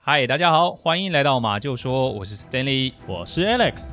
嗨，大家好，欢迎来到马就说，我是 Stanley， 我是 Alex。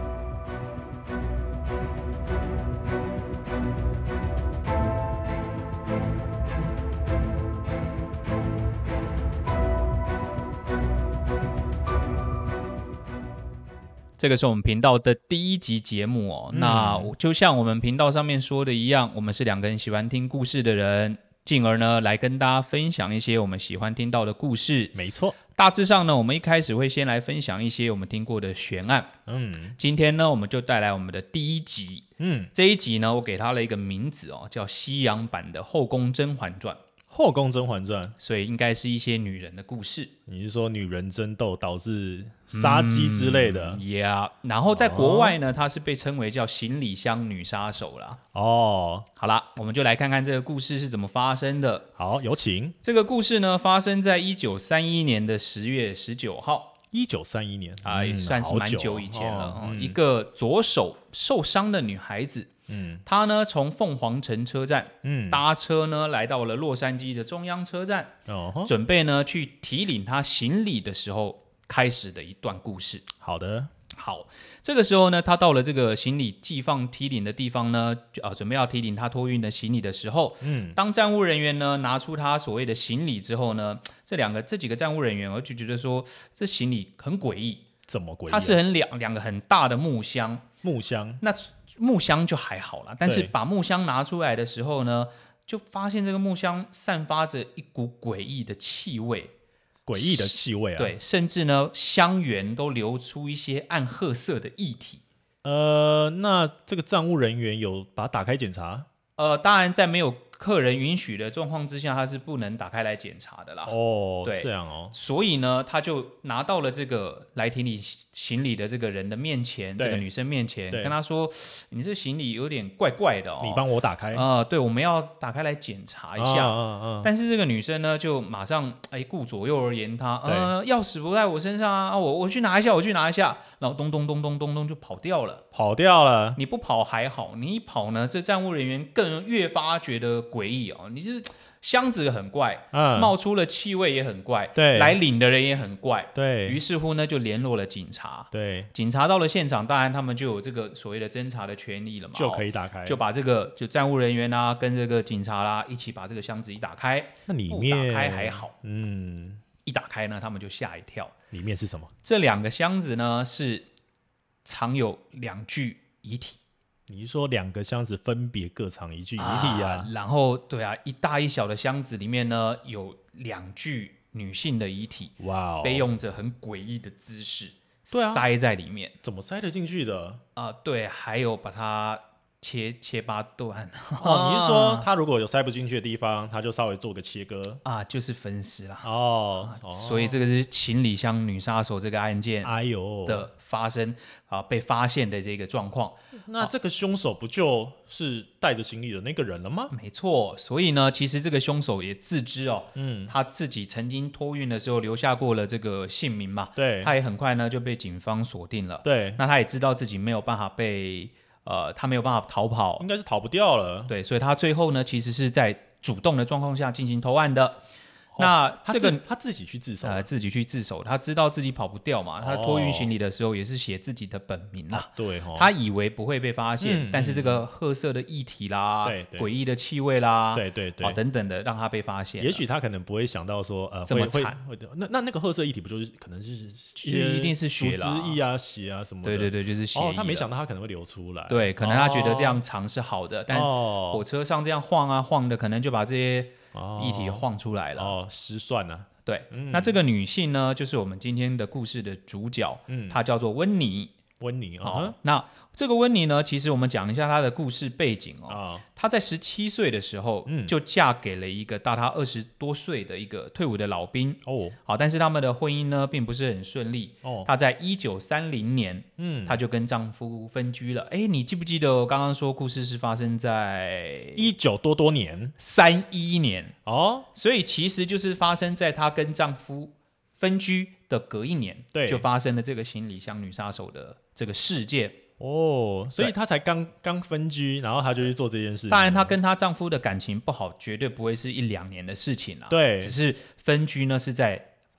这个是我们频道的第一集节目哦。那就像我们频道上面说的一样，我们是两个人喜欢听故事的人，进而呢来跟大家分享一些我们喜欢听到的故事。 没错， 大致上呢，我们一开始会先来分享一些我们听过的悬案。今天呢，我们就带来我们的第一集。这一集呢，我给它了一个名字哦，叫西洋版的《后宫甄嬛传》。 后宫甄嬛传， 所以应该是一些女人的故事。 你是说女人争斗导致杀机之类的 ？Yeah， 然后在国外呢，它是被称为叫行李箱女杀手啦。 哦， 好啦，我们就来看看这个故事是怎么发生的。 好，有请。 这个故事呢，发生在1931年的10月19号。 1931年也算是蛮久以前了。一个左手受伤的女孩子。她呢从凤凰城车站搭车呢来到了洛杉矶的中央车站，准备呢去提领她行李的时候开始的一段故事。 好的， 好，这个时候呢，她到了这个行李寄放提领的地方呢，准备要提领她托运的行李的时候，当站务人员呢拿出她所谓的行李之后呢，这几个站务人员我就觉得说这行李很诡异。 怎么诡异？ 它是两个很大的木箱，那木箱就还好啦，但是把木箱拿出来的时候呢，就发现这个木箱散发着一股诡异的气味。 诡异的气味啊！ 对，甚至呢，箱缘都流出一些暗褐色的液体。 那这个站务人员有把它打开检查？ 当然，在没有客人允许的状况之下，他是不能打开来检查的啦。 对，这样哦。 所以呢，他就拿到了这个来提领行李的这个人的面前，这个女生面前，跟他说：“你这行李有点怪怪的哦， 你帮我打开。” 对，我们要打开来检查一下。但是这个女生呢，就马上顾左右而言他，钥匙不在我身上啊，我去拿一下，然后咚咚咚咚咚咚就跑掉了。你不跑还好，你一跑呢，这站务人员越发觉得诡异哦。你是箱子很怪，冒出了气味也很怪， 对， 来领的人也很怪， 对于是乎呢，就联络了警察。 对， 警察到了现场，当然他们就有这个所谓的侦查的权利了嘛， 就可以打开， 就把这个站务人员啊跟这个警察啦一起把这个箱子一打开， 那里面不打开还好，一打开呢，他们就吓一跳， 里面是什么？ 这两个箱子呢是藏有2具遗体。 你是说2个箱子分别各藏1具遗体啊？ 然后对啊，一大一小的箱子里面呢有2具女性的遗体， 哇， 被用着很诡异的姿势塞在里面。 怎么塞得进去的？ 对，还有把它切八段。 你是说他如果有塞不进去的地方，他就稍微做个切割就是分尸啦。 所以这个是行李箱女杀手这个案件的发生被发现的这个状况。 那这个凶手不就是带着行李的那个人了吗？ 没错，所以呢，其实这个凶手也自知他自己曾经托运的时候留下过了这个姓名嘛， 对， 他也很快呢就被警方锁定了。 对， 那他也知道自己没有办法他没有办法逃跑， 应该是逃不掉了。 对，所以他最后呢其实是在主动的状况下进行投案的。那这个他自己去自首， 自己去自首，他知道自己跑不掉嘛，他托运行李的时候也是写自己的本名啦。 对， 他以为不会被发现，但是这个褐色的液体啦，诡异的气味啦， 对， 等等的，让他被发现。 也许他可能不会想到说， 这么惨。 那个褐色液体不就是可能是一定是血啦、 组织液啊、血啊什么的。 对，就是血液。 他没想到他可能会流出来。 对，可能他觉得这样尝是好的，但火车上这样晃的，可能就把这些液体晃出来了。 失算啊。 对，那这个女性呢，就是我们今天的故事的主角，她叫做温妮。那这个温妮呢，其实我们讲一下她的故事背景她在17岁的时候就嫁给了一个大她20多岁的一个退伍的老兵但是他们的婚姻呢并不是很顺利她在1930年她就跟丈夫分居了。你记不记得我刚刚说故事是发生在 19多年 31年所以其实就是发生在她跟丈夫分居的隔1年，就发生了这个行李箱女杀手的这个事件。 所以她才刚分居，然后她就去做这件事。 当然，她跟她丈夫的感情不好，绝对不会是1-2年的事情啦。 对， 只是分居呢是在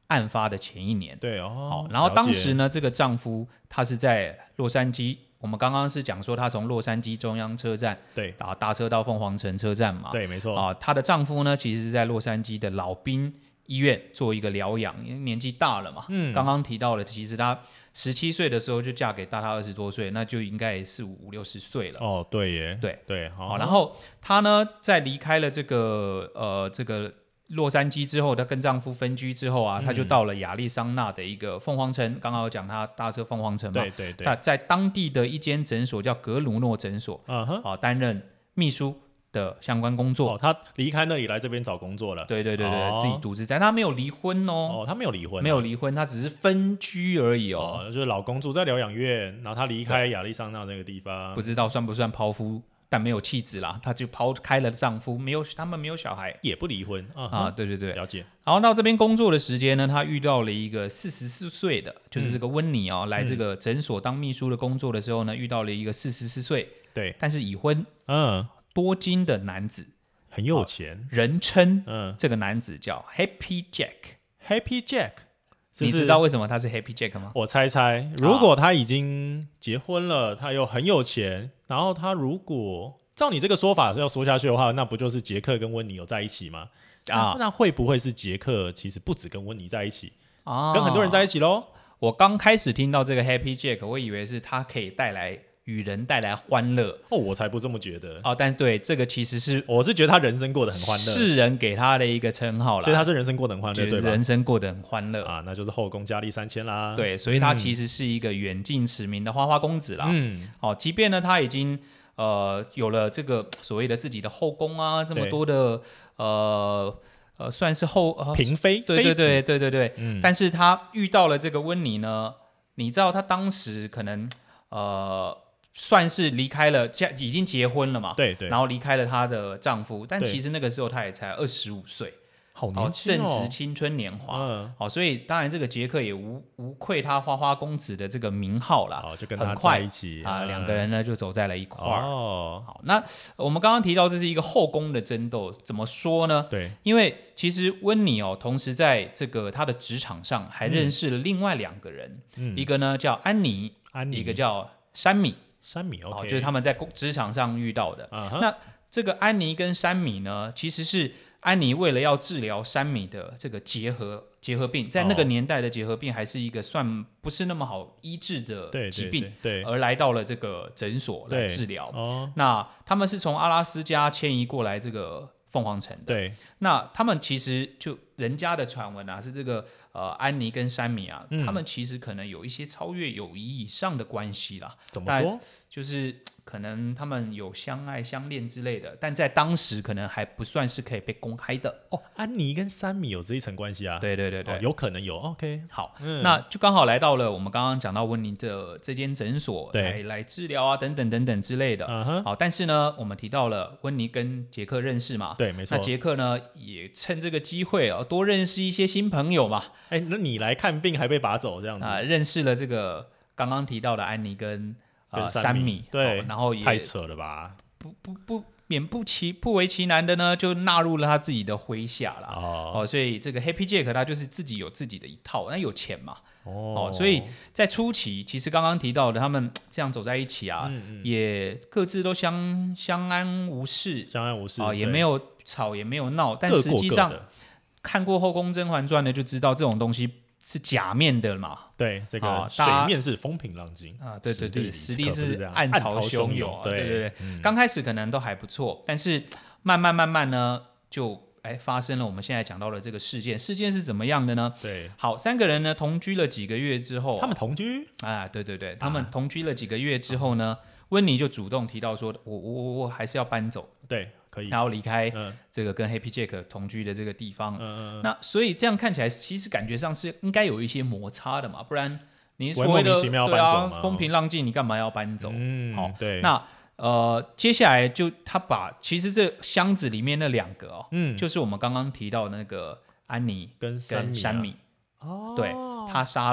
案发的前一年。 对哦， 好，然后当时呢，这个丈夫他是在洛杉矶，我们刚刚是讲说他从洛杉矶中央车站对搭车到凤凰城车站嘛， 对，没错她的丈夫呢其实是在洛杉矶的老兵医院做一个疗养，因为年纪大了嘛。刚刚提到了，其实她17岁的时候就嫁给大她20多岁，那就应该也是5、60岁了。 哦，对耶， 对，好，然后她呢在离开了这个洛杉矶之后，她跟丈夫分居之后啊，她就到了亚利桑那的一个凤凰城，刚刚有讲她搭车凤凰城嘛， 对， 她在当地的一间诊所叫格鲁诺诊所，担任秘书的相关工作。 她离开那里来这边找工作了。 对，自己独自在，她没有离婚哦。 她没有离婚， 没有离婚，她只是分居而已哦。 就是老公住在疗养院，然后她离开亚利桑那那个地方， 不知道算不算抛夫。但没有妻子啦，她就抛开了丈夫，他们没有小孩， 也不离婚对， 了解。 然后到这边工作的时间呢，她遇到了一个44岁的，就是这个温妮来这个诊所当秘书的工作的时候呢，遇到了一个44岁， 对， 但是已婚，多金的男子， 很有钱， 人称这个男子叫 Happy Jack。Happy Jack， 你知道为什么他是 Happy Jack 吗？ 我猜，如果他已经结婚了，他又很有钱，然后他如果照你这个说法要说下去的话，那不就是杰克跟温妮有在一起吗？那会不会是杰克其实不止跟温妮在一起，跟很多人在一起咯？ 我刚开始听到这个 Happy Jack， 我以为是他可以与人带来欢乐我才不这么觉得但对，这个其实我是觉得他人生过得很欢乐， 世人给他的一个称号啦， 所以他是人生过得很欢乐，对吧？ 人生过得很欢乐那就是后宫佳丽3000啦。 对，所以他其实是一个远近驰名的花花公子啦。即便呢他已经有了这个所谓的自己的后宫啊，这么多的算是嫔妃， 对，但是他遇到了这个温妮呢，你知道他当时可能算是离开了，已经结婚了嘛， 对， 然后离开了她的丈夫，但其实那个时候她也才25岁， 好年轻正值青春年华，所以当然这个杰克也无愧他花花公子的这个名号啦， 就跟他在一起两个人呢就走在了一块儿。好，那我们刚刚提到这是一个后宫的争斗，怎么说呢？ 对， 因为其实温妮同时在这个他的职场上还认识了另外2个人，一个呢叫安妮，一个叫山米，就是他们在职场上遇到的。那这个安妮跟山米呢，其实是安妮为了要治疗山米的这个结核病，在那个年代的结核病还是一个算不是那么好医治的疾病， 对， 而来到了这个诊所来治疗。那他们是从阿拉斯加迁移过来这个凤凰城的。 对， 那他们其实就人家的传闻是这个安妮跟山米他们其实可能有一些超越友谊以上的关系啦。 怎么说？ 就是可能他们有相爱相恋之类的，但在当时可能还不算是可以被公开的。 安妮跟山米有这一层关系啊？ 对， 有可能有。OK， 好，那就刚好来到了我们刚刚讲到温妮的这间诊所来治疗等等之类的。好，但是呢，我们提到了温妮跟杰克认识嘛？ 对，没错。 那杰克呢也趁这个机会多认识一些新朋友嘛。 那你来看病还被拔走这样子认识了这个刚刚提到的安妮跟山米， 对， 然后也太扯了吧？ 不为其难的呢，就纳入了他自己的麾下啦。所以这个 Happy Jack 他就是自己有自己的一套，那有钱嘛。所以在初期，其实刚刚提到的他们这样走在一起也各自都相安无事，也没有吵也没有闹，但实际上看过《后宫甄嬛传》的就知道这种东西是假面的嘛。 对，这个水面是风平浪静对，实力是暗潮汹涌对。刚开始可能都还不错，但是慢慢呢，就发生了我们现在讲到的这个事件是怎么样的呢？ 对， 好，3个人呢同居了几个月之后， 他们同居对，他们同居了几个月之后呢，温妮就主动提到说，我还是要搬走， 对，可以， 然后离开这个跟 Happy Jack 同居的这个地方。那所以这样看起来，其实感觉上是应该有一些摩擦的嘛，不然你所谓的风平浪静，你干嘛要搬走？好， 对， 那接下来就他把其实这箱子里面那2个就是我们刚刚提到的那个安妮跟山米对，他杀了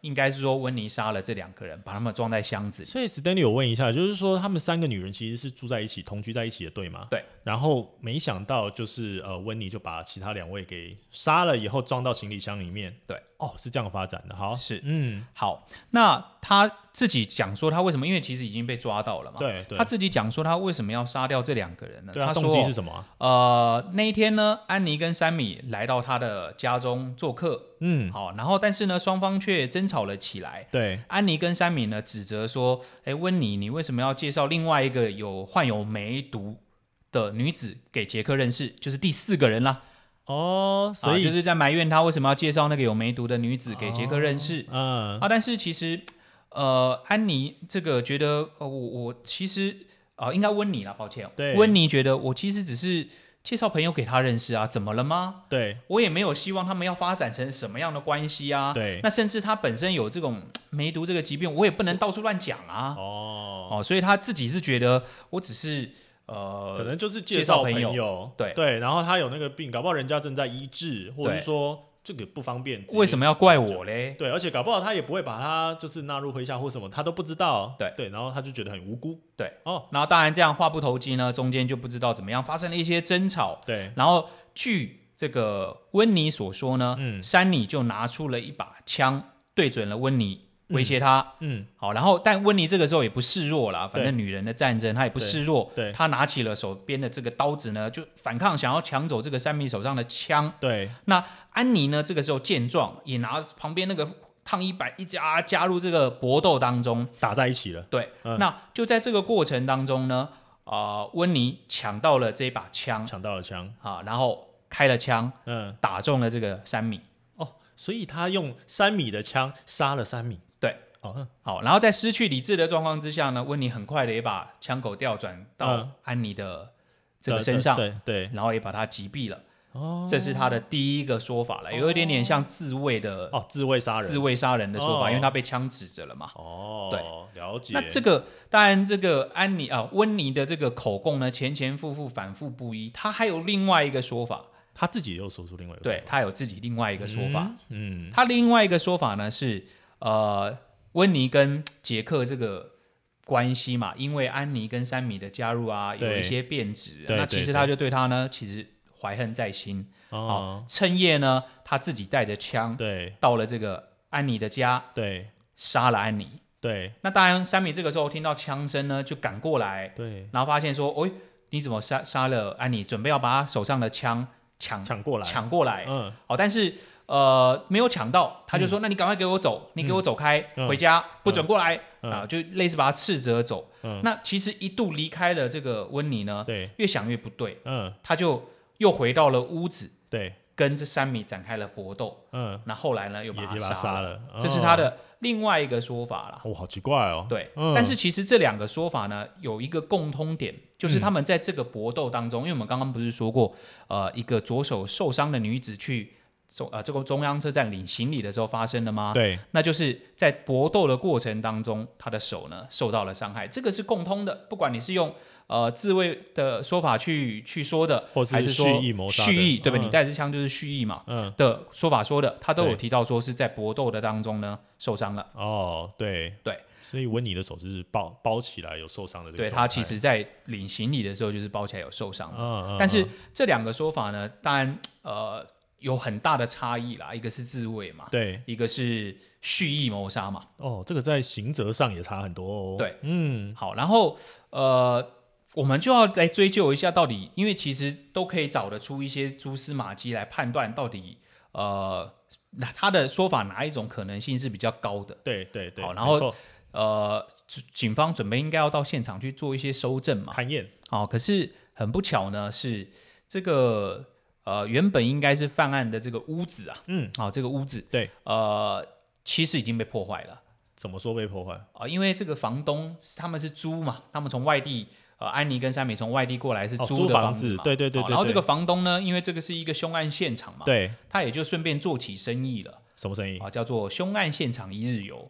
应该是说温妮杀了这2个人，把他们装在箱子里。 所以 Stanley 我问一下，就是说他们3个女人其实是住在一起、同居在一起的，对吗？ 对。 然后没想到就是温妮就把其他2位给杀了以后装到行李箱里面。 对。 是这样发展的。好， 是，好。那他自己讲说他为什么？因为其实已经被抓到了嘛。 对。 他自己讲说他为什么要杀掉这2个人呢？ 对，他说动机是什么那一天呢，安妮跟山米来到他的家中做客。好，然后但是呢，双方却争吵了起来。 对。 安妮跟山米呢指责说：“温妮，你为什么要介绍另外一个患有梅毒的女子给杰克认识？就是第4个人啦。”所以就是在埋怨他为什么要介绍那个有梅毒的女子给杰克认识。但是其实安妮这个觉得我其实应该温妮啦，抱歉。 对。 温妮觉得我其实只是介绍朋友给他认识啊，怎么了吗？ 对。 我也没有希望他们要发展成什么样的关系啊。 对。 那甚至他本身有这种梅毒这个疾病，我也不能到处乱讲啊。所以他自己是觉得我只是可能就是介绍朋友。 对。 然后他有那个病，搞不好人家正在医治，或者是说这个不方便， 为什么要怪我嘞？ 对，而且搞不好他也不会把他就是纳入麾下或什么，他都不知道。 对， 然后他就觉得很无辜。 对。然后当然这样话不投机呢，中间就不知道怎么样发生了一些争吵。 对。 然后据这个温妮所说呢，山妮就拿出了一把枪对准了温妮，威胁他。好，然后但温妮这个时候也不示弱啦，反正女人的战争她也不示弱。 对。 她拿起了手边的这个刀子呢，就反抗，想要抢走这个山米手上的枪。 对。 那安妮呢，这个时候见状，也拿旁边那个烫衣板加入这个搏斗当中， 打在一起了。 对。那就在这个过程当中呢，温妮抢到了这把枪，然后开了枪，打中了这个山米。 所以他用山米的枪杀了山米。 对。好，然后在失去理智的状况之下呢，温妮很快的也把枪口调转到安妮的这个身上。 对。 然后也把他击毙了。这是他的第一个说法了，有一点点像自卫杀人的说法，因为他被枪指着了嘛。对， 了解。 那这个当然，这个温妮的这个口供呢，前前复复，反复不一。他还有另外一个说法， 他自己又说出另外一个说法。 对，他有自己另外一个说法。他另外一个说法呢是温妮跟杰克这个关系嘛，因为安妮跟山米的加入啊，有一些变质。那其实他就对他呢，其实怀恨在心。趁夜呢，他自己带着枪，到了这个安妮的家，杀了安妮。 对。 那当然，山米这个时候听到枪声呢，就赶过来，然后发现说，你怎么杀了安妮？准备要把他手上的枪抢过来。但是没有抢到，他就说：“那你赶快给我走，你给我走开，回家，不准过来。”就类似把他斥责走。那其实一度离开了这个温妮呢，越想越不对，他就又回到了屋子，跟这山米展开了搏斗。那后来呢，又把他杀了。这是他的另外一个说法啦。 好奇怪哦。 对，但是其实这2个说法呢，有一个共通点，就是他们在这个搏斗当中，因为我们刚刚不是说过，一个左手受伤的女子去这个中央车站领行李的时候发生的吗？ 对， 那就是在搏斗的过程当中，他的手呢受到了伤害，这个是共通的，不管你是用自卫的说法去说的， 或是还是说蓄意谋杀的， 对吧？你带着枪就是蓄意嘛，的说法说的，他都有提到说是在搏斗的当中呢受伤了。 对，所以温妮的手是包起来有受伤的这个状态。 对，他其实在领行李的时候就是包起来有受伤的。但是这2个说法呢，当然有很大的差异啦，一个是自卫嘛， 对， 一个是蓄意谋杀嘛。 这个在刑责上也差很多哦。 对，好，然后我们就要来追究一下，到底因为其实都可以找得出一些蛛丝马迹来判断，到底他的说法哪一种可能性是比较高的。 对。 好，然后警方准备应该要到现场去做一些搜证嘛， 勘验。 可是很不巧呢，是这个原本应该是犯案的这个屋子啊，这个屋子， 对， 其实已经被破坏了。 怎么说被破坏？ 因为这个房东他们是租嘛，他们从外地，安妮跟山米从外地过来是租的房子嘛， 对。 然后这个房东呢，因为这个是一个凶案现场嘛， 对， 他也就顺便做起生意了。 什么生意？ 叫做凶案现场一日游。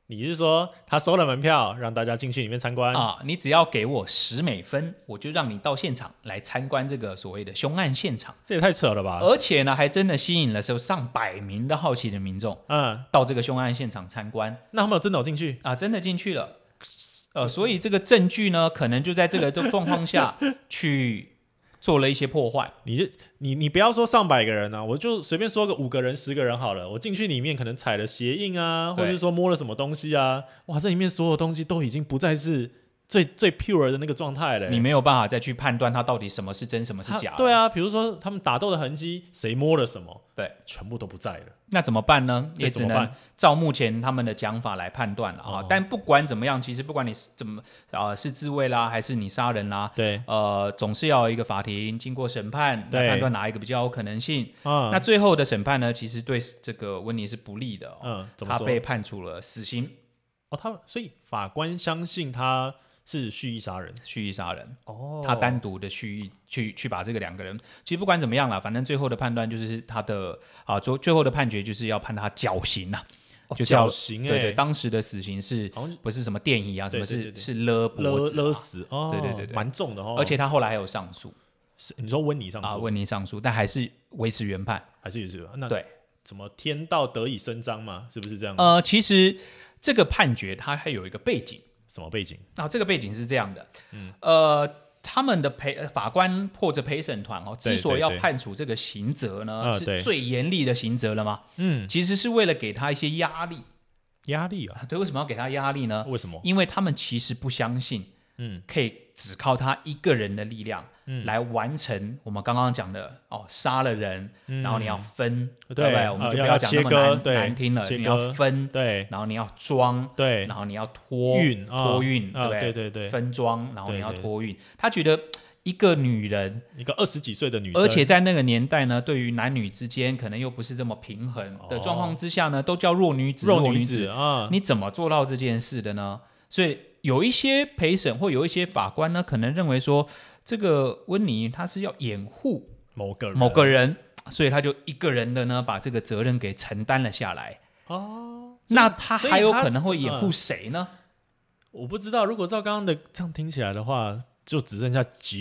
你是说他收了门票让大家进去里面参观啊？你只要给我10美分，我就让你到现场来参观这个所谓的凶案现场。 这也太扯了吧！ 而且呢，还真的吸引了上百名的好奇的民众，到这个凶案现场参观。 那他们有真的有进去啊？真的进去了。所以这个证据呢，可能就在这个状况下去做了一些破坏。 你不要说上百个人啊，我就随便说个5个人、10个人好了。我进去里面可能踩了鞋印啊，或者是说摸了什么东西啊，哇，这里面所有东西都已经不再是最 pure 的那个状态了。 你没有办法再去判断它到底什么是真，什么是假。 对啊，比如说他们打斗的痕迹，谁摸了什么， 对， 全部都不在了。 那怎么办呢？也只能照目前他们的讲法来判断了啊。但不管怎么样，其实不管你怎么是自卫啦，还是你杀人啦， 对， 总是要有一个法庭经过审判来判断哪一个比较有可能性。那最后的审判呢，其实对这个温妮是不利的。他被判处了死刑。 所以法官相信他是蓄意杀人， 他单独的蓄意去把这个2个人，其实不管怎么样啦，反正最后的判断就是他的最后的判决就是要判他绞刑啊，就是要绞刑对，当时的死刑是不是什么电椅啊，什么是勒脖子、 勒死对， 蛮重的哦。 而且他后来还有上诉， 你说温妮上诉温妮上诉，但还是维持原判， 那对， 怎么天道得以伸张嘛？是不是这样？ 其实这个判决它还有一个背景。 什么背景？ 这个背景是这样的，他们的法官或者陪审团之所以要判处这个刑责呢，是最严厉的刑责了吗？其实是为了给他一些压力。 压力啊？ 对，为什么要给他压力呢？ 为什么？ 因为他们其实不相信，可以只靠他一个人的力量，来完成我们刚刚讲的杀了人，然后你要分，对不对？我们就不要讲那么难听了，你要分， 对， 然后你要装， 对， 然后你要托运，对不对？ 对， 分装，然后你要托运。他觉得一个女人， 一个20几岁的女生， 而且在那个年代呢，对于男女之间可能又不是这么平衡的状况之下呢，都叫弱女子啊，你怎么做到这件事的呢？所以有一些陪审或有一些法官呢，可能认为说，这个温妮他是要掩护某个人，所以他就一个人的呢把这个责任给承担了下来。那他还有可能会掩护谁呢？ 我不知道。如果照刚刚的这样听起来的话，就只剩下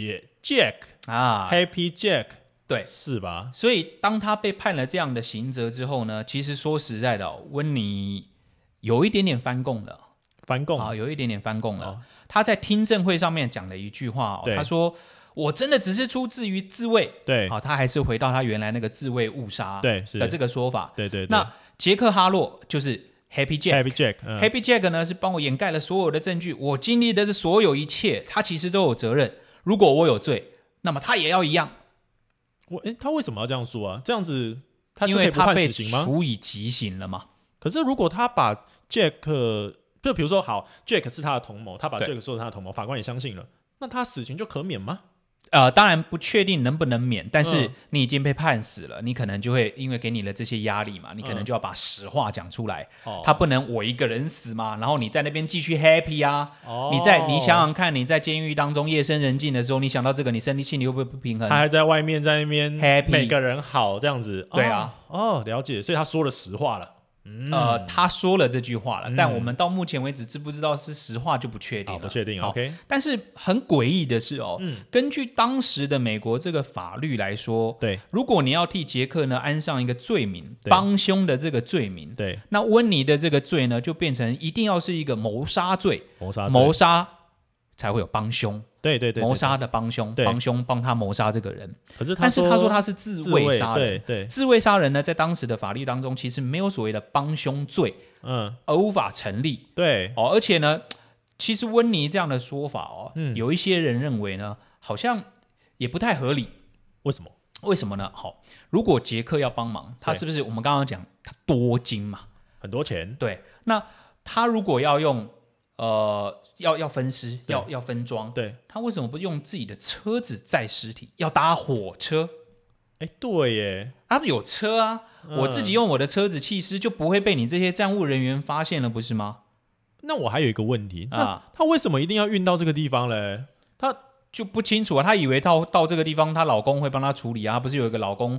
Jack 啊 ，Happy Jack， 对， 是吧？ 所以当他被判了这样的刑责之后呢，其实说实在的，温妮有一点点翻供了。有一点点翻供了。他在听证会上面讲了一句话，他说：“我真的只是出自于自卫。” 对， 他还是回到他原来那个自卫误杀的这个说法。 对。 那杰克哈洛就是 Happy Jack，Happy Jack 呢是帮我掩盖了所有的证据，我经历的是所有一切，他其实都有责任。如果我有罪，那么他也要一样。 他为什么要这样说啊？这样子他就因为他被刑吗？ 处以极刑了嘛。 可是如果他把 Jack， 就比如说好 Jack 是他的同谋，他把 Jack 说成他的同谋，法官也相信了，那他死刑就可免吗？ 当然不确定能不能免，但是你已经被判死了，你可能就会因为给你了这些压力嘛，你可能就要把实话讲出来。他不能我一个人死嘛，然后你在那边继续 happy 啊。你想想看，你在监狱当中夜深人静的时候，你想到这个，你心里会不会不平衡？ 他还在外面在那边 happy， 每个人好这样子。 对啊， 了解，所以他说了实话了。 他说了这句话了，但我们到目前为止知不知道是实话就不确定了。 不确定 ，OK。 但是很诡异的是根据当时的美国这个法律来说， 对， 如果你要替杰克呢安上一个罪名，帮凶的这个罪名， 对， 那温妮的这个罪呢就变成一定要是一个谋杀罪， 谋杀才会有帮凶。 对， 谋杀的帮凶，帮他谋杀这个人。 但是他说他是自卫杀人， 对， 自卫杀人呢，在当时的法律当中，其实没有所谓的帮凶罪，而无法成立。 对， 而且呢，其实温妮这样的说法有一些人认为呢，好像也不太合理。为什么呢？好，如果杰克要帮忙，他是不是我们刚刚讲他多金嘛， 很多钱？ 对，那他如果要用要分尸，要分装， 对， 他为什么不用自己的车子载尸体？要搭火车？ 对耶， 他们有车啊，我自己用我的车子弃尸，就不会被你这些站务人员发现了，不是吗？ 那我还有一个问题，他为什么一定要运到这个地方嘞？他就不清楚啊，他以为到这个地方，她老公会帮她处理啊，她不是有一个老公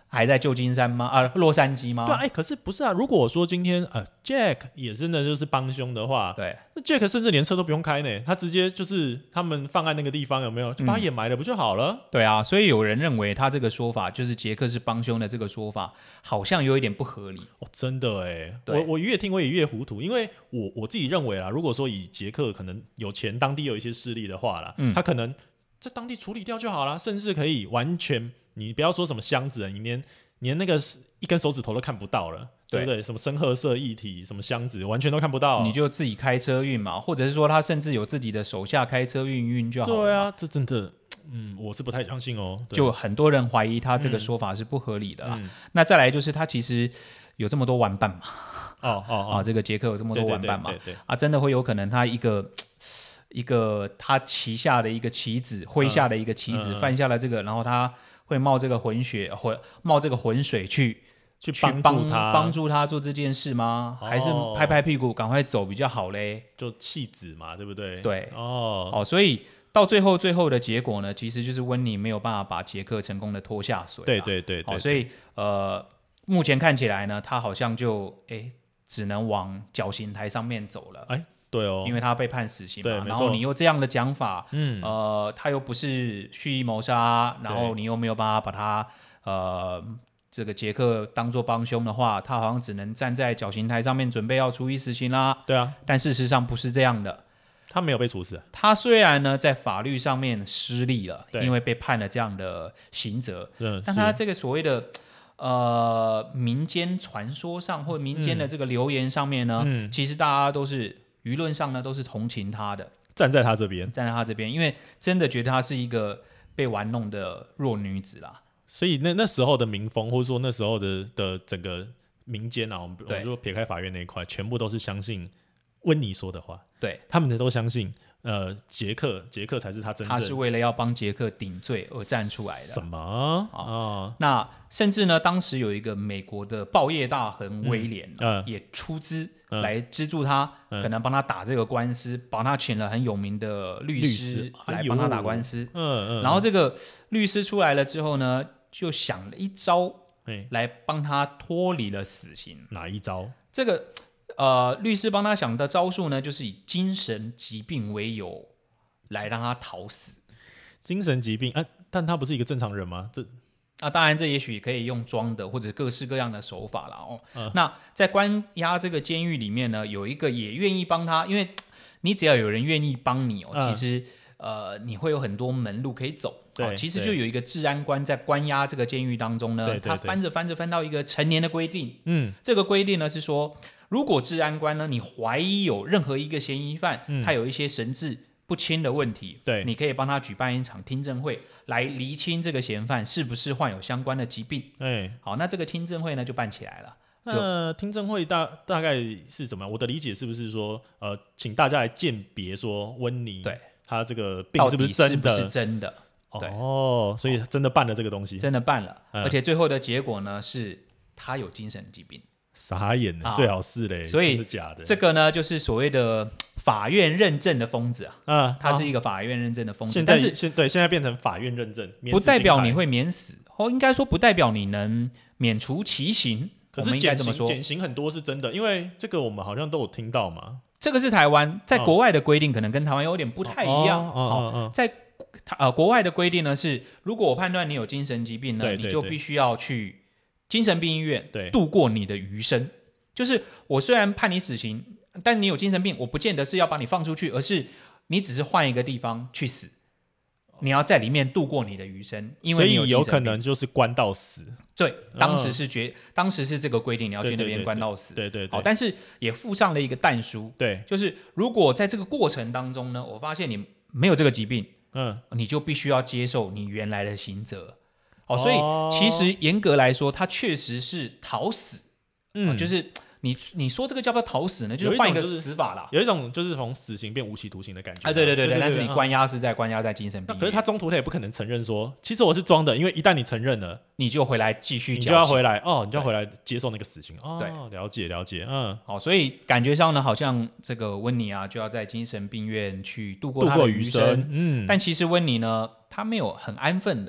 还在旧金山吗？洛杉矶吗？ 对，可是不是啊？如果我说今天Jack 也真的就是帮凶的话， 对， 那 Jack 甚至连车都不用开呢，他直接就是他们放在那个地方有没有，就把他掩埋了不就好了？ 对啊，所以有人认为他这个说法就是杰克是帮凶的这个说法，好像有一点不合理。 真的哎，我越听我也越糊涂，因为我自己认为啦，如果说以杰克可能有钱，当地有一些势力的话啦，他可能在当地处理掉就好啦，甚至可以完全。你不要说什么箱子，你连那个一根手指头都看不到了， 对不对？什么深褐色液体，什么箱子，完全都看不到， 你就自己开车运嘛，或者是说他甚至有自己的手下开车运就好了。 对啊，这真的，我是不太相信哦。 就很多人怀疑他这个说法是不合理的啦。那再来就是他其实有这么多玩伴嘛，这个杰克有这么多玩伴嘛，真的会有可能他一个他旗下的一个棋子，麾下的一个棋子犯下了这个，然后他会冒这个浑水去帮助他做这件事吗？还是拍拍屁股赶快走比较好嘞？ 就弃子嘛，对不对？ 对，所以到最后的结果呢，其实就是温妮没有办法把杰克成功的拖下水。 对， 所以目前看起来呢，他好像就只能往绞刑台上面走了。 对哦， 因为他被判死刑嘛，然后你又这样的讲法，他又不是蓄意谋杀，然后你又没有办法把他这个杰克当作帮凶的话，他好像只能站在绞刑台上面准备要处以死刑啦。 对啊， 但事实上不是这样的， 他没有被处死。 他虽然呢在法律上面失利了，因为被判了这样的刑责，但他这个所谓的民间传说上或民间的这个流言上面呢，其实大家都是。舆论上呢，都是同情他的， 站在他这边， 因为真的觉得她是一个被玩弄的弱女子啦。 所以那时候的民风，或者说那时候的整个民间啊，我们就撇开法院那一块，全部都是相信温妮说的话， 对， 他们都相信。杰克才是他真正， 他是为了要帮杰克顶罪而站出来的。 什么？ 那甚至呢，当时有一个美国的报业大亨威廉，也出资来资助他，可能帮他打这个官司，帮他请了很有名的律师来帮他打官司。然后这个律师出来了之后呢，就想了一招来帮他脱离了死刑。 哪一招？ 这个律师帮他想的招数呢，就是以精神疾病为由来让他逃死。 精神疾病但他不是一个正常人吗？ 当然这也许可以用装的或者各式各样的手法啦。那在关押这个监狱里面呢，有一个也愿意帮他，因为你只要有人愿意帮你其实你会有很多门路可以走。其实就有一个治安官在关押这个监狱当中呢，他翻着翻到一个成年的规定。这个规定呢是说，如果治安官呢，你怀疑有任何一个嫌疑犯，他有一些神志不清的问题，你可以帮他举办一场听证会，来厘清这个嫌犯是不是患有相关的疾病。好，那这个听证会呢就办起来了。 听证会大概是怎么样？我的理解是不是说，请大家来鉴别说温妮他这个病是不是真的？ 到底是不是真的？ 所以真的办了这个东西， 真的办了，而且最后的结果呢是他有精神疾病。 傻眼了，最好是嘞， 所以真的假的？ 这个呢，就是所谓的法院认证的疯子他是一个法院认证的疯子，但是现在变成法院认证， 不代表你会免死，应该说不代表你能免除其刑。 可是减刑很多是真的，因为这个我们好像都有听到嘛。 这个是台湾，在国外的规定可能跟台湾有点不太一样。在国外的规定呢是，如果我判断你有精神疾病呢，你就必须要去精神病医院度过你的余生。就是我虽然判你死刑，但你有精神病，我不见得是要把你放出去，而是你只是换一个地方去死，你要在里面度过你的余生，因为你有精神病， 所以有可能就是关到死。 对，当时是这个规定，你要去那边关到死。 对。 好，但是也附上了一个但书，就是如果在这个过程当中呢，我发现你没有这个疾病，你就必须要接受你原来的刑责。所以其实严格来说，他确实是逃死。就是你说这个叫不叫逃死呢？就是换一个死法啦。 有一种就是从死刑变无期徒刑的感觉。 对，但是你关押是关押在精神病院。 可是他中途他也不可能承认说，其实我是装的，因为一旦你承认了， 你就回来继续， 你就要回来你就要回来接受那个死刑。 对， 了解。 好，所以感觉上呢，好像这个温妮就要在精神病院去度过他的余生。但其实温妮呢，他没有很安分的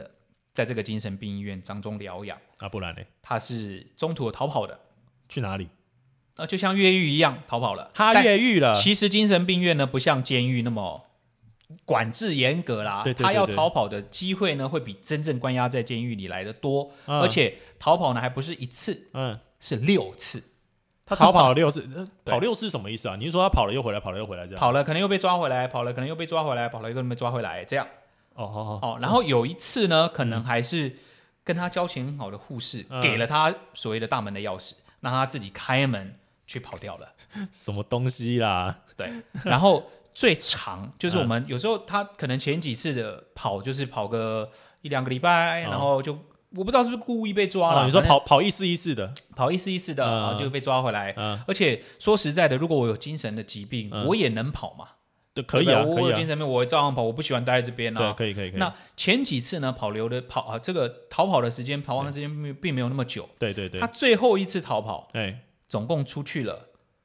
在这个精神病医院当中疗养啊，不然呢？ 他是中途逃跑的， 去哪里？ 就像越狱一样逃跑了。 他越狱了。 其实精神病院呢，不像监狱那么管制严格啦， 对， 他要逃跑的机会呢，会比真正关押在监狱里来的多，而且逃跑呢还不是一次，是6次。 他逃跑了6次，跑6次什么意思啊？你是说他跑了又回来，跑了又回来这样？ 跑了可能又被抓回来，跑了可能又被抓回来，跑了又被抓回来，这样。然后有一次呢，可能还是跟他交情很好的护士给了他所谓的大门的钥匙，让他自己开门去跑掉了。 什么东西啦？ 对，然后最长就是我们有时候他可能前几次的跑就是跑个1-2个礼拜，然后就我不知道是不是故意被抓了。 你说跑意思的， 跑意思的，然后就被抓回来。而且说实在的，如果我有精神的疾病，我也能跑嘛。 对，可以啊， 我有精神病，我会照样跑，我不喜欢待在这边啊。 对，可以。 那前几次呢，这个逃跑的时间，逃亡的时间并没有那么久。 对。 他最后一次逃跑，总共出去了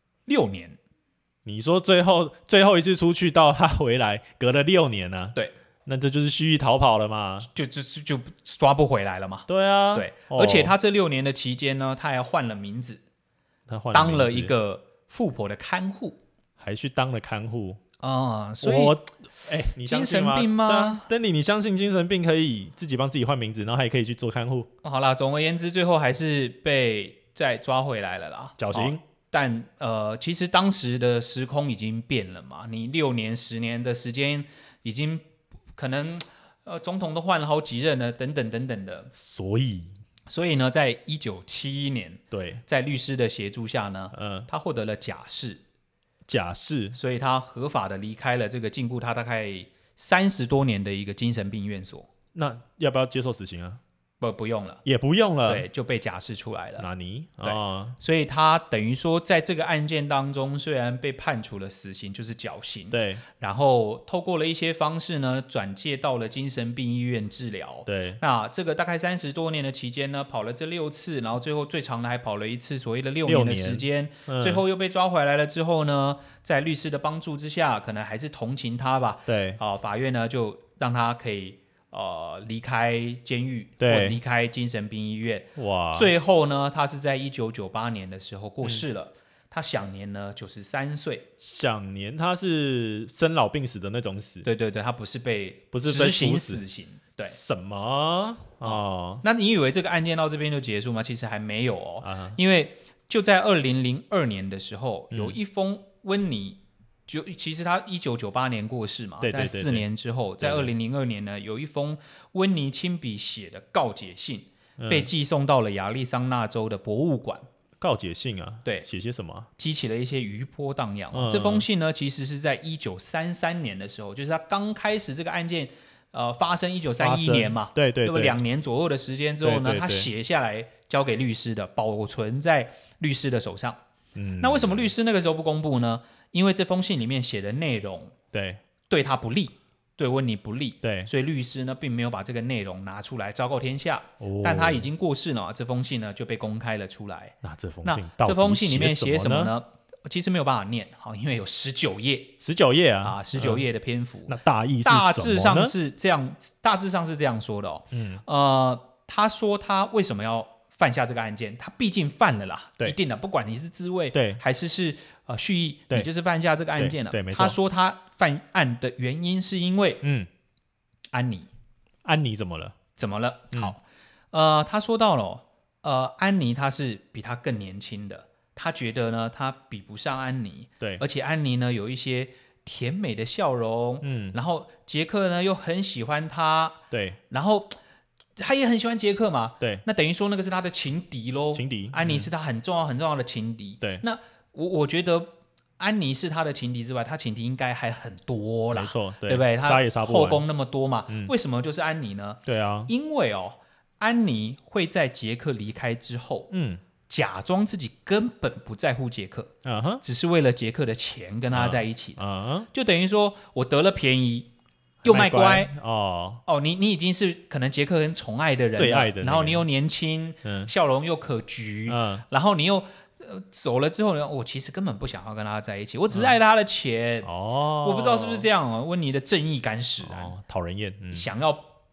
6年。 你说最后一次出去到他回来，隔了6年呢？ 对， 那这就是蓄意逃跑了嘛？ 就抓不回来了嘛？ 对啊， 对。而且他这6年的期间呢，他还换了名字，当了一个富婆的看护， 还去当了看护。 所以你相信吗？ 精神病吗 ？Stanley， 你相信精神病可以自己帮自己换名字，然后还可以去做看护？ 好啦，总而言之，最后还是被再抓回来了啦， 绞刑。 但其实当时的时空已经变了嘛，你6年、10年的时间，已经可能总统都换了好几任了，等等的。所以呢，在1971年， 对， 在律师的协助下呢，他获得了假释。所以他合法的离开了这个禁锢他大概30多年的一个精神病院所。 那要不要接受死刑啊？ 不用了， 也不用了， 对，就被假释出来了。 哪尼？ 对，所以他等于说，在这个案件当中，虽然被判处了死刑，就是绞刑， 对， 然后透过了一些方式呢，转介到了精神病医院治疗。 对， 那这个大概30多年的期间呢，跑了这6次，然后最后最长的还跑了一次，所谓的6年的时间，最后又被抓回来了之后呢，在律师的帮助之下，可能还是同情他吧。 对， 法院呢就让他可以。离开监狱，或离开精神病医院。哇！最后呢，他是在1998年的时候过世了。他享年呢93岁。 享年他是生老病死的那种死。 对，他不是被执行死刑。对， 什么？ 那你以为这个案件到这边就结束吗？其实还没有哦。因为就在2002年的时候，有一封温妮。其实他1998年过世嘛，但4年之后，在2002年呢，有一封温妮亲笔写的告解信，被寄送到了亚利桑那州的博物馆。 告解信啊？ 对， 写些什么？ 激起了一些余波荡漾。这封信呢，其实是在1933年的时候，就是他刚开始这个案件发生1931年嘛， 对 ，2年左右的时间之后呢，他写下来交给律师的，保存在律师的手上。那为什么律师那个时候不公布呢？因为这封信里面写的内容对他不利，对温妮不利，所以律师呢并没有把这个内容拿出来昭告天下。但他已经过世了，这封信呢就被公开了出来。 那这封信里面写什么呢？其实没有办法念，因为有19页 ，19页啊 ，19页的篇幅。 那大意是大致上是这样说的哦。他说他为什么要犯下这个案件？他毕竟犯了啦，一定的，不管你是自卫还是蓄意，你就是犯下这个案件了。他说他犯案的原因是因为安妮怎么了？ 好，他说到了安妮她是比他更年轻的，他觉得呢他比不上安妮，而且安妮呢有一些甜美的笑容，然后杰克呢又很喜欢他，然后他也很喜欢杰克嘛，那等于说那个是他的情敌咯，安妮是他很重要的情敌，那我觉得安妮是他的情敌之外，他情敌应该还很多啦， 没错， 对不对？ 杀也杀不完， 后宫那么多嘛，为什么就是安妮呢？ 对啊， 因为安妮会在杰克离开之后，假装自己根本不在乎杰克，只是为了杰克的钱跟他在一起的，就等于说我得了便宜又卖乖你已经是可能杰克很宠爱的人了， 最爱的然后你又年轻，笑容又可掬，然后你又走了之后呢，我其实根本不想要跟他在一起，我只是爱他的钱。我不知道是不是这样温妮的正义感使然， 讨人厌， 想要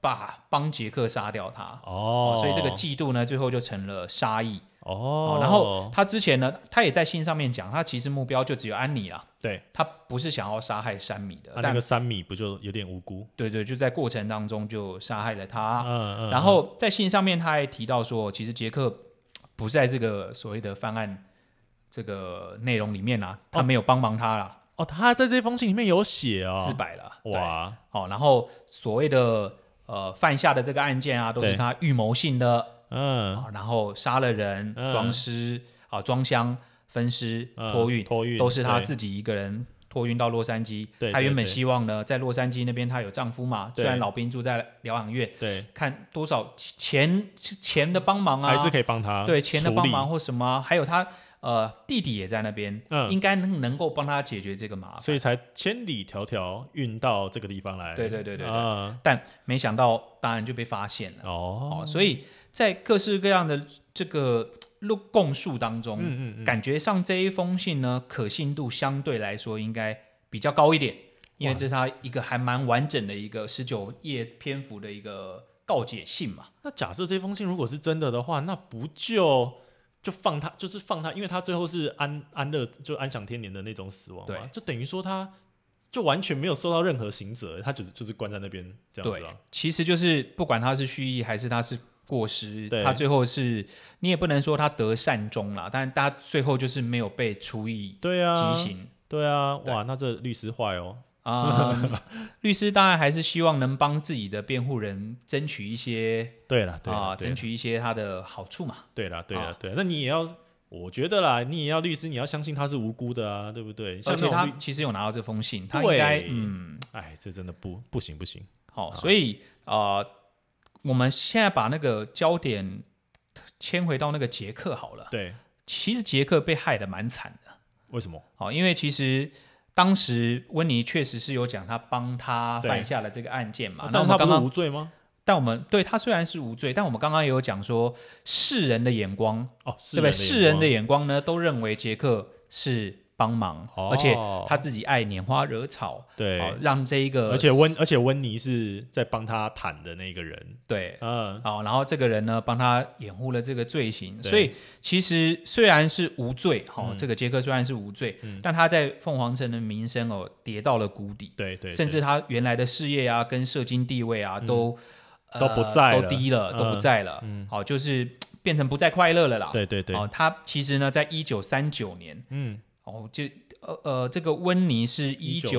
帮杰克杀掉他所以这个嫉妒呢最后就成了杀意然后他之前呢他也在信上面讲他其实目标就只有安妮啦， 对， 他不是想要杀害山米的， 那个山米不就有点无辜， 对，就在过程当中就杀害了他然后在信上面他还提到说其实杰克不在这个所谓的犯案这个内容里面啦，他没有帮忙他啦他在这封信里面有写自白了， 哇然后所谓的犯下的这个案件啊都是他预谋性的然后杀了人装尸装箱分尸托运都是他自己一个人托运到洛杉矶，他原本希望呢在洛杉矶那边他有丈夫嘛，虽然老兵住在疗养院，看多少钱的帮忙还是可以帮他对钱的帮忙或什么还有他弟弟也在那边应该能够帮他解决这个麻烦， 所以才千里迢迢运到这个地方来， 对但没想到当然就被发现了所以在各式各样的这个供述当中感觉上这一封信呢可信度相对来说应该比较高一点，因为这是他一个还蛮完整的一个19页篇幅的一个告解信嘛。 那假设这封信如果是真的的话，那不就放他，就是放他，因为他最后是安乐就安享天年的那种死亡嘛，就等于说他就完全没有受到任何刑责，他就是关在那边这样子对，其实就是不管他是蓄意还是他是过失，他最后是你也不能说他得善终啦，但他最后就是没有被处以极刑。 对啊，哇，那这律师坏哦。 律师当然还是希望能帮自己的辩护人争取一些争取一些他的好处嘛。 对啦，那你也要，我觉得啦，你也要律师，你要相信他是无辜的啊，对不对？ 而且他其实有拿到这封信，他应该这真的不行。 好，所以我们现在把那个焦点牵回到那个杰克好了。 对， 其实杰克被害得蛮惨的。 为什么？ 因为其实当时温妮确实是有讲他帮他犯下了这个案件嘛， 但他不是无罪吗？ 但我们对他虽然是无罪，但我们刚刚也有讲说世人的眼光对不对？世人的眼光呢都认为杰克是帮忙而且他自己爱拈花惹草， 对让这一个而且温妮是在帮他谈的那个人， 对然后这个人呢帮他掩护了这个罪行，所以其实虽然是无罪这个杰克虽然是无罪但他在凤凰城的名声跌到了谷底， 对甚至他原来的事业啊跟社经地位啊都不在了， 都低了都不在了就是变成不再快乐了啦。 对他其实呢在1939年这个温妮是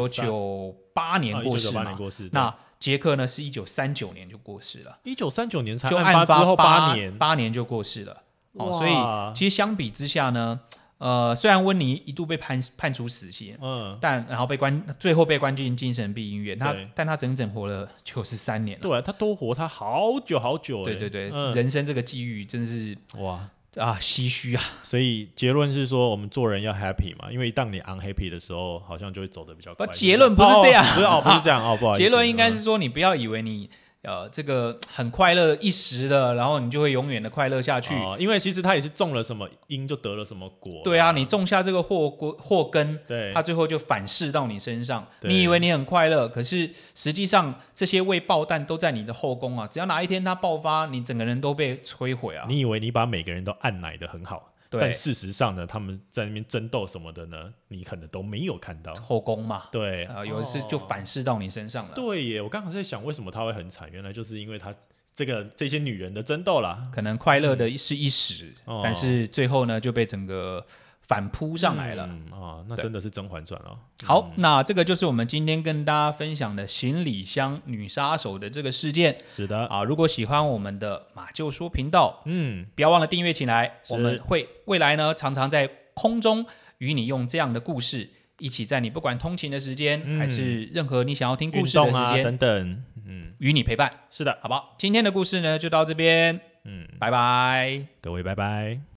1998年过世嘛，那杰克呢是1939年就过世了 ，1939年才案发之后 8年就过世了所以其实相比之下呢虽然温妮一度被判处死刑但然后最后被关进精神病医院，但他整整活了93年了， 对，他多活他好久好久， 对人生这个际遇真是哇唏嘘啊！ 所以结论是说，我们做人要 happy 嘛，因为当你 unhappy 的时候，好像就会走得比较快。 结论不是这样， 不是这样不好意思。 结论应该是说，你不要以为你这个很快乐一时的，然后你就会永远的快乐下去。 因为其实他也是种了什么因，就得了什么果。 对啊，你种下这个祸根，它最后就反噬到你身上。你以为你很快乐，可是实际上这些未爆弹都在你的后宫啊！只要哪一天它爆发，你整个人都被摧毁啊！ 你以为你把每个人都按奶的很好。但事实上呢，他们在那边争斗什么的呢，你可能都没有看到后宫嘛。 对有一次就反噬到你身上了。 对耶，我刚刚在想为什么他会很惨，原来就是因为他这些女人的争斗啦。 可能快乐的是一时但是最后呢就被整个反扑上来了那真的是《甄嬛传》哦。 好，那这个就是我们今天跟大家分享的行李箱女杀手的这个事件。 是的如果喜欢我们的马厩说频道不要忘了订阅起来，我们会未来呢常常在空中与你用这样的故事一起在你不管通勤的时间还是任何你想要听故事的时间等等与你陪伴。 是的， 好不好？今天的故事呢就到这边拜拜， 各位拜拜。